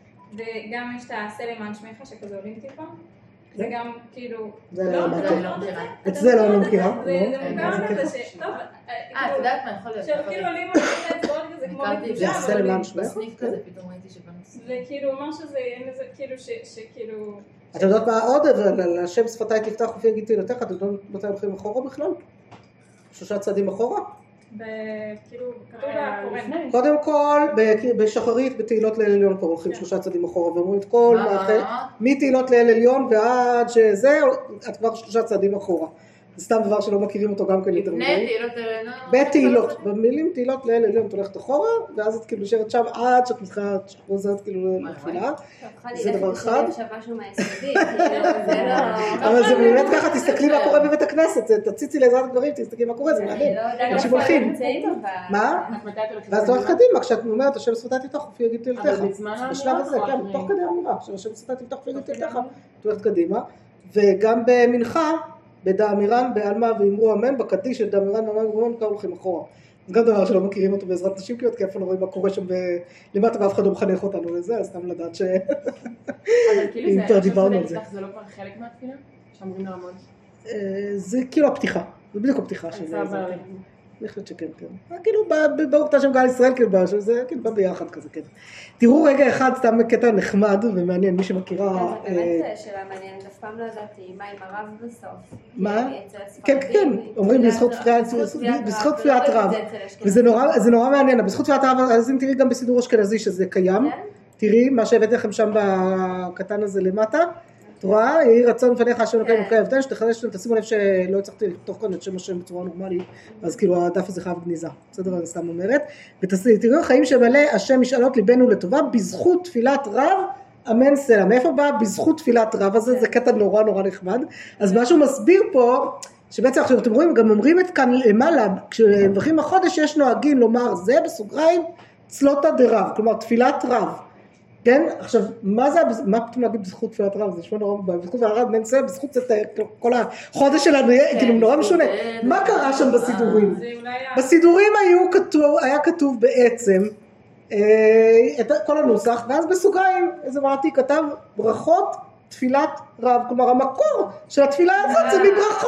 וגם יש את העשה למען שמך שכזה עולים טיפה. זה גם כאילו... זה לא מכירה. את זה לא מכירה. זה מוכר כזה שטוב... את יודעת מה יכול להיות? שכאילו עולים על שני אצבעות כזה כמו בקדושה. זה עשה למען שמך? בסניף כזה פתאום ראיתי שבנוסף. זה כאילו אומר שזה, אין לזה כאילו שכאילו... את יודעת מה עוד? אבל השם שפתיי תפתח ופי יגיד תהילתך, אתם יודעים מתי הולכים אחורה בכלל? 3 צעדים אחורה? כאילו, כתוב בקורן. קודם כל, בשחרית, בתהילות לאל עליון כבר הולכים 3 צעדים אחורה, ואומרים את כל מתהילות לאל עליון ועד שזה, את כבר 3 צעדים אחורה. זה סתם דבר שלא מכירים אותו גם כן יותר מדי. לפני תהילות לאל עליון? בתהילות, במילים תהילות לאל עליון, את הולכת אחורה, ואז את כאילו יושבת שם עד שאת חוזרת כאילו לתפילה. זה דבר אחד. אבל זה באמת ככה, תסתכלי מה קורה בבית הכנסת, תציצי לעזרת הדברים, תסתכלי מה קורה, זה מעניין. אנשים הולכים. מה? ואז את הולכת קדימה, כשאת אומרת, השם שפתיי תפתח ופי יגיד תהילתך. בשלב הזה, כן, תוך כדי אמירה, שהשם שפתיי תפתח ופי יגיד תהילתך, את הולכת קדימה. וגם במנחה, בדאמירן, בעלמא ואמרו אמן, בקדיש של דאמירן ואמן ואמן, כבר הולכים אחורה. זה גם דבר שלא מכירים אותו בעזרת נשים כמעט, כי אף לא רואים מה קורה שם למטה, ואף אחד לא מחנך אותנו לזה, אז סתם לדעת ש... אבל כאילו זה לא כבר חלק מהתפילה? שאמורים לעמוד? זה כאילו הפתיחה, זה בדיוק הפתיחה של זה. אני חושבת שכן, כן. כאילו ברוך אתה שם גל ישראל, זה כאילו בא ביחד כזה, כן. תראו רגע אחד, סתם קטע נחמד ומעניין, מי שמכירה... זה באמת שאלה מעניינת, אף פעם לא ידעתי, מה עם הרב בסוף? מה? כן, כן, אומרים בזכות תפילת רב. וזה נורא מעניין, בזכות תפילת רב, אז אם תראי גם בסידור אשכנזי שזה קיים, תראי מה שהבאתי לכם שם בקטן הזה למטה, את רואה, יהי רצון לפניך השם אלוקינו אלוקי אבותינו, שתחדש, תשימו לב שלא הצלחתי לכתוב כאן את שם השם בצורה נורמלית, אז כאילו הדף הזה חייב גניזה, בסדר, אני סתם אומרת, ותראו חיים שמלא השם משאלות ליבנו לטובה, בזכות תפילת רב, אמן סלע. מאיפה בא בזכות תפילת רב הזה? זה קטע נורא נורא נחמד. אז משהו מסביר פה, שבעצם עכשיו אתם רואים, גם אומרים את כאן למעלה, כשמברכים החודש יש נוהגים לומר זה בסוגריים, צלותא דרב, כלומר תפילת רב. כן? עכשיו, מה פתאום להגיד בזכות תפילת רב? זה נשמע נורא מבא, בזכות תפילת רב, ננסה, בזכות זה כל החודש שלנו, כאילו נורא משונה. מה קרה שם בסידורים? בסידורים היה כתוב בעצם את כל הנוסח, ואז בסוגריים, איזה מעטי כתב, ברכות תפילת רב, כלומר המקור של התפילה הזאת זה מברכות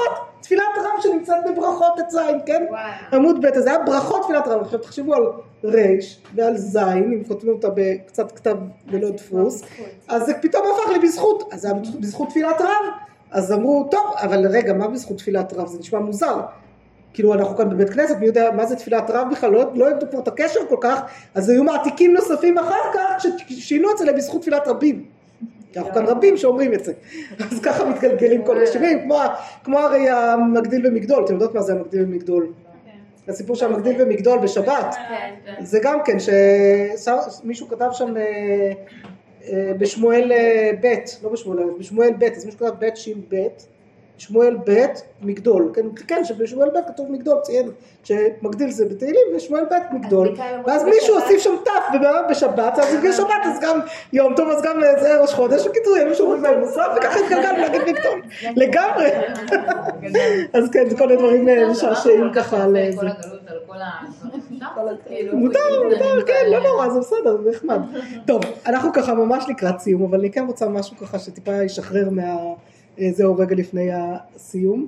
תפילת רב שנמצאת בברכות את זין, כן? עמוד ב', אז זה היה ברכות תפילת רב. עכשיו תחשבו על רש ועל זין, אם כותבים אותה בקצת כתב ולא דפוס, אז זה פתאום הפך לי בזכות, אז זה היה בזכות תפילת רב, אז אמרו, טוב, אבל רגע, מה בזכות תפילת רב? זה נשמע מוזר. כאילו אנחנו כאן בבית כנסת, מי יודע מה זה תפילת רב בכלל, לא ידעו כבר את הקשר כל כך, אז היו מעתיקים נוספים אחר כך, ששינו את זה בזכות תפילת רבים. אנחנו כאן רבים שאומרים את זה. אז ככה מתגלגלים כל השנים, כמו הרי המגדיל ומגדול, אתם יודעות מה זה המגדיל ומגדול? הסיפור של המגדיל ומגדול בשבת. זה גם כן, שמישהו כתב שם בשמואל ב', לא בשמואל, בשמואל ב', אז מישהו כתב ב' שין ב', שמואל ב' מגדול, כן, שבשמואל ב' כתוב מגדול, ציין שמגדיל זה בתהילים, ושמואל ב' מגדול, ואז מישהו הוסיף שם תף בשבת, אז הגיע שבת, אז גם יום טוב, אז גם זה ראש חודש, וקיצור, מישהו אומרים להם מוסף, וככה התגלגלנו להגיד מגדול, לגמרי. אז כן, זה כל הדברים משעשעים ככה על זה. כל הגלות על כל הדברים, מותר, כן, לא נורא, זה בסדר, זה נחמד. טוב, אנחנו ככה ממש לקראת סיום, אבל אני כן רוצה משהו ככה שטיפה ישחרר זהו רגע לפני הסיום.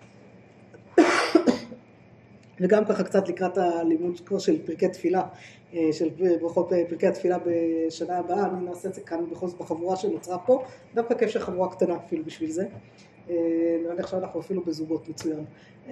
וגם ככה קצת לקראת הלימוד של פרקי תפילה, של ברכות פרקי התפילה בשנה הבאה, אני נעשה את זה כאן בכל זאת בחבורה שנוצרה פה, דווקא כיף של חבורה קטנה אפילו בשביל זה. נראה לי עכשיו אנחנו אפילו בזוגות מצוין.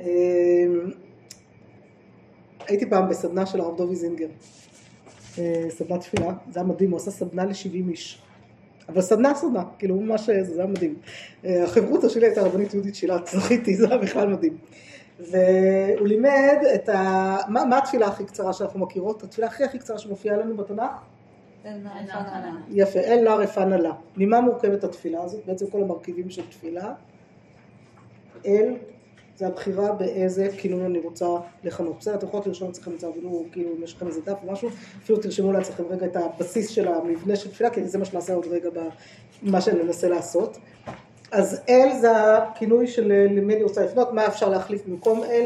הייתי פעם בסדנה של הרב דובי זינגר, סדנת תפילה, זה היה מדהים, הוא עשה סדנה ל-70 איש. אבל סדנה, כאילו ממש זה היה מדהים. החברותא שלי הייתה רבנית יהודית שלה, זכיתי, זה היה בכלל מדהים. והוא לימד את מה התפילה הכי קצרה שאנחנו מכירות? התפילה הכי קצרה שמופיעה לנו בתנ"ך? אל נא רפא נא לה. יפה, אל נא רפא נא לה. ממה מורכבת התפילה הזאת? בעצם כל המרכיבים של תפילה. אל, זה הבחירה באיזה כינוי אני רוצה לכנות. בסדר, אתם יכולות לרשום אצלכם את זה, אפילו כאילו אם יש לכם איזה דף או משהו, אפילו תרשמו לעצמכם רגע את הבסיס של המבנה של תפילה, כי זה מה שנעשה עוד רגע במה שאני מנסה לעשות. אז אל זה הכינוי של למי אני רוצה לפנות, מה אפשר להחליף במקום אל?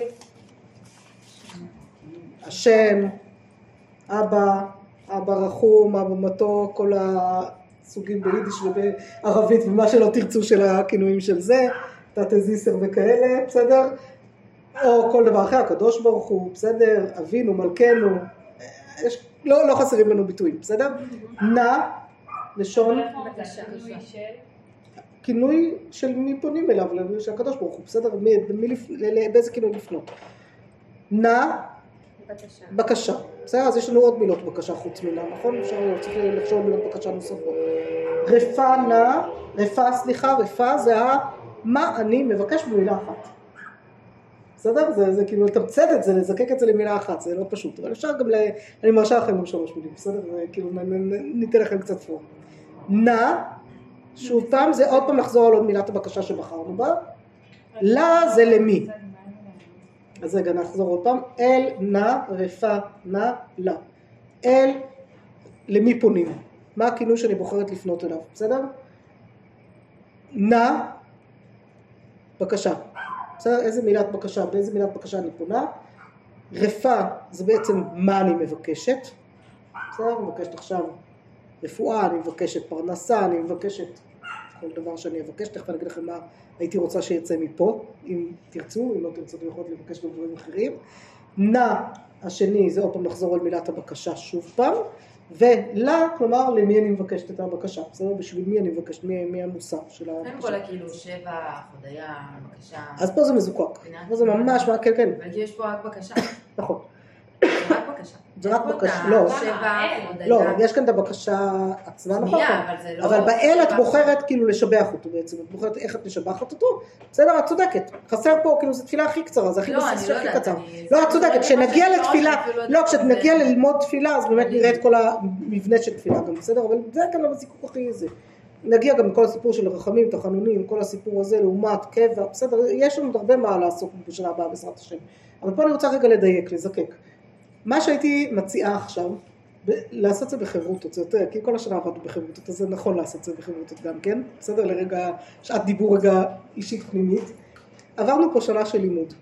השם, אבא, אבא רחום, אבא מתוק, כל הסוגים ביידיש ובערבית ומה שלא תרצו של הכינויים של זה, תת זיסר וכאלה, בסדר? או כל דבר אחר, הקדוש ברוך הוא, בסדר? אבינו, מלכנו, לא חסרים לנו ביטויים, בסדר? נא, לשון, כינוי של מי פונים אליו, של הקדוש ברוך הוא, בסדר? באיזה כינוי לפנות? נא, בקשה. בסדר? אז יש לנו עוד מילות בקשה חוץ מילה, נכון? אפשר לחשוב מילות בקשה נוספות. רפא נא, רפא זה מה אני מבקש במילה אחת. בסדר? זה כאילו לתמצת את זה, לזקק את זה למילה אחת, זה לא פשוט. אבל אפשר גם, אני מרשה לכם גם 3 מילים, בסדר? כאילו ניתן לכם קצת פור. נא, שוב פעם, זה עוד פעם לחזור על עוד מילת הבקשה שבחרנו בה. לה זה למי. אז רגע, נחזור עוד פעם. אל, נא, רפא, נא, לה. אל, למי פונים? מה הכינוי שאני בוחרת לפנות אליו, בסדר? נא, בקשה. בסדר? איזה מילת בקשה? באיזה מילת בקשה אני פונה? רפא זה בעצם מה אני מבקשת. בסדר? אני מבקשת עכשיו רפואה, אני מבקשת פרנסה, אני מבקשת כל דבר שאני אבקש. תכף אני אגיד לכם מה הייתי רוצה שיצא מפה, אם תרצו, אם לא תרצו, אתם יכולים לבקש דברים אחרים. נא, השני, זה עוד פעם לחזור על מילת הבקשה שוב פעם. ולה, כלומר, למי אני מבקשת את הבקשה. בסדר? בשביל מי אני מבקשת, מי המושא של הבקשה. אין כל הכאילו שבע, חודיה, בקשה. אז פה זה מזוקק. פה זה ממש, כן. אבל יש פה רק בקשה. נכון. זה רק בקשה. זה רק בקשה, לא. שבע, חודיה. לא, יש כאן את הבקשה עצמה, נכון. אבל זה לא... אבל באל את בוחרת כאילו לשבח אותו בעצם. את בוחרת איך את משבחת אותו. בסדר, את צודקת. חסר פה, כאילו, זו תפילה הכי קצרה, זה הכי בסיס הכי קצר. לא, את צודקת. כשנגיע לתפילה, לא, כשנגיע ללמוד תפילה, אז באמת נראה את כל המבנה של תפילה גם, בסדר? אבל זה כאן המזיקוק הכי זה. נגיע גם לכל הסיפור של רחמים, תחנונים, כל הסיפור הזה, לעומת קבע, בסדר? יש לנו הרבה מה לעסוק בשנה הבאה בעזרת השם. אבל פה אני רוצה רגע לדייק, לזקק. מה שהייתי מציעה עכשיו, לעשות זה בחברותות, זה יותר, כי כל השנה עבדנו בחברותות, אז זה נכון לעשות זה בחברותות גם כן, בסדר? לרגע, שעת דיבור רגע אישית פנימית. עברנו פה שנה של לימוד.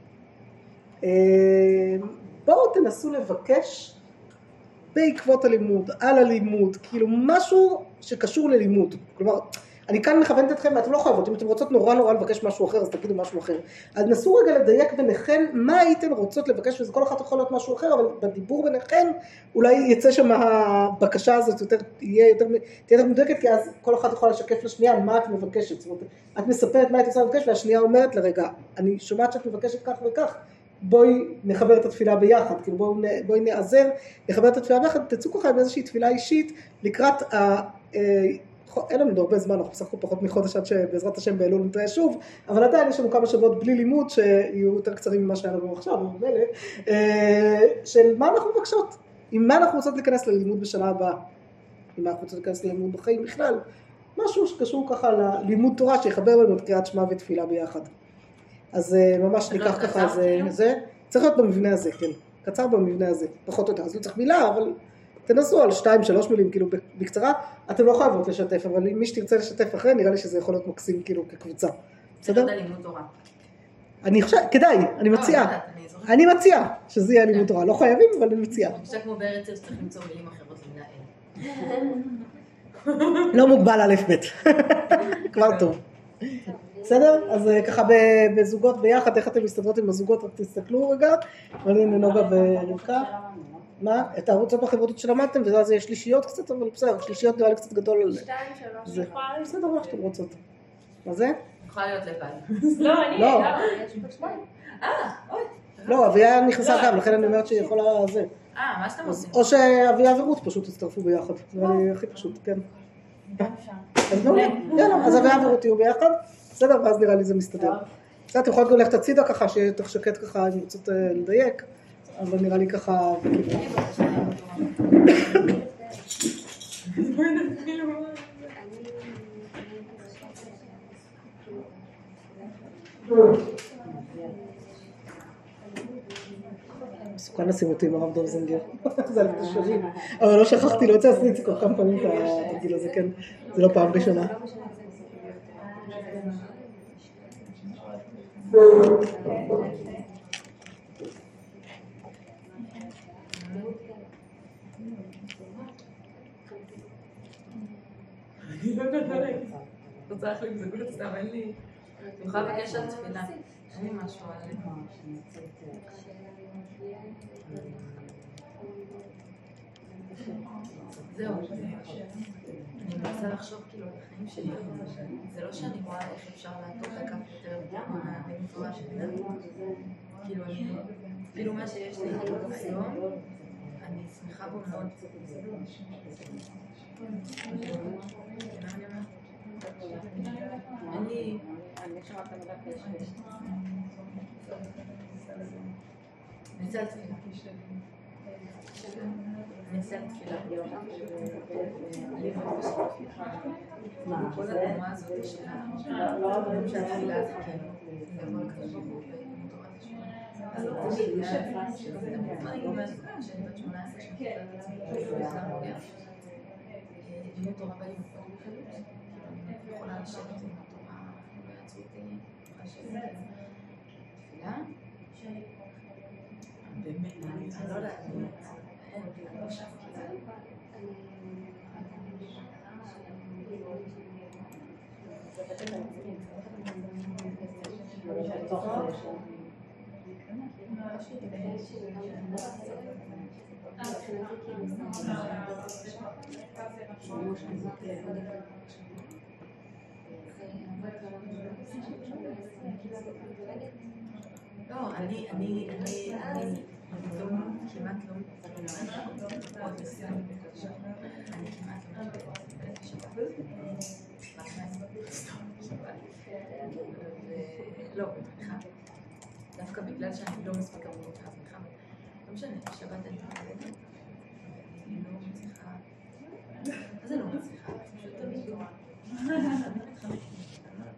בואו תנסו לבקש בעקבות הלימוד, על הלימוד, כאילו משהו שקשור ללימוד. כלומר, אני כאן מכוונת אתכם, ואתם לא חייבות, אם אתם רוצות נורא לבקש משהו אחר, אז תגידו משהו אחר. אז נסו רגע לדייק ביניכן, מה הייתן רוצות לבקש, וזה כל אחד יכול להיות משהו אחר, אבל בדיבור ביניכן, אולי יצא שם הבקשה הזאת תהיה יותר מדויקת, כי אז כל אחד יכול לשקף לשנייה מה את מבקשת. זאת אומרת, את מספרת מה היית רוצה לבקש, והשנייה אומרת לרגע, אני שומעת שאת מבקשת כך וכך, בואי נחבר את התפילה ביחד, כאילו בואי נעזר, נחבר את התפילה ביחד, תצאו ככה עם איזושהי תפילה אישית, לקראת אין לנו הרבה זמן, אנחנו בסך הכל פחות מחודש עד שבעזרת השם באלול נתראה שוב, אבל עדיין יש לנו כמה שבועות בלי לימוד שיהיו יותר קצרים ממה שהיה לנו עכשיו, של מה אנחנו מבקשות, עם מה אנחנו רוצות להיכנס ללימוד בשנה הבאה, עם מה אנחנו רוצות להיכנס ללימוד בחיים בכלל, משהו שקשור ככה ללימוד תורה שיחבר לנו את קריאת שמע ותפילה ביחד. אז ממש ניקח ככה, זה צריך להיות במבנה הזה, כן, קצר במבנה הזה, פחות או יותר, אז לא צריך מילה, אבל תנסו על 2-3 מילים, כאילו בקצרה, אתם לא חייבות לשתף, אבל אם מי שתרצה לשתף אחרי, נראה לי שזה יכול להיות מקסים, כאילו כקבוצה. בסדר? זה לימוד תורה. אני חושב, כדאי, אני מציעה שזה יהיה לימוד תורה, לא חייבים, אבל אני מציעה. אני חושב כמו בארץ עיר שצריך למצוא מילים אחרות למנהל. לא מוגבל א' ב', כבר טוב. בסדר? אז ככה בזוגות ביחד, איך אתם מסתדרות עם הזוגות, רק תסתכלו רגע, אבל הנה נוגה ורבקה. מה? את הערוצות החברתיות שלמדתם, ואז יש שלישיות קצת, אבל בסדר, שלישיות נראה לי קצת גדול על זה. 2-3. בסדר, מה שאתם רוצות. מה זה? יכולה להיות לבד. לא, אני... לא. יש פה 2. אוי. לא, אביה נכנסה גם, לכן אני אומרת שהיא יכולה זה. מה שאתם עושים? או שאביה ורות פשוט הצטרפו ביחד, זה הכי פשוט, כן. אז נו, יאללה, אז אביה ורות יהיו ביחד, בסדר, ואז נראה לי זה מסתדר. בסדר, אתם יכולות גם ללכת הצידה ככה, שתוך שקט ככה, אם רוצות לדייק, אבל נראה לי ככה... מסוכן לשים אותי עם הרב דוב זנגר, זה על התושבים, אבל לא שכחתי, לא רוצה להסניץ כל כמה פעמים את הגיל הזה, כן, זה לא פעם ראשונה. אני לא יודעת מה להגיד. רוצה להחליט זוגות סתם, אין לי... אני יכולה לבקש על תפילה. אין לי משהו על... זהו. אני מנסה לחשוב כאילו על החיים שלי. זה לא שאני רואה איך אפשר לעטות לקף יותר במפורש שלי. כאילו מה שיש לי היום, אני שמחה בו מאוד. אני שמעת מילה קשת. ניסה תפילה. כל הדוגמה הזאת שהתפילה זה כן. אז לא תמיד, אני אומרת שאני בת 18 שאני לימוד תורה באים אני יכולה לשבת עם התורה, לא יעצרו אותי, אני יכולה לשבת עם תפילה. באמת, אני לא יודעת, אני לא שפתי. לא, אני כמעט לא עוד מסוים אני כמעט לא, בתמיכה דווקא בגלל שאני לא מספיק עבודה בתמיכה לא משנה, שבת אני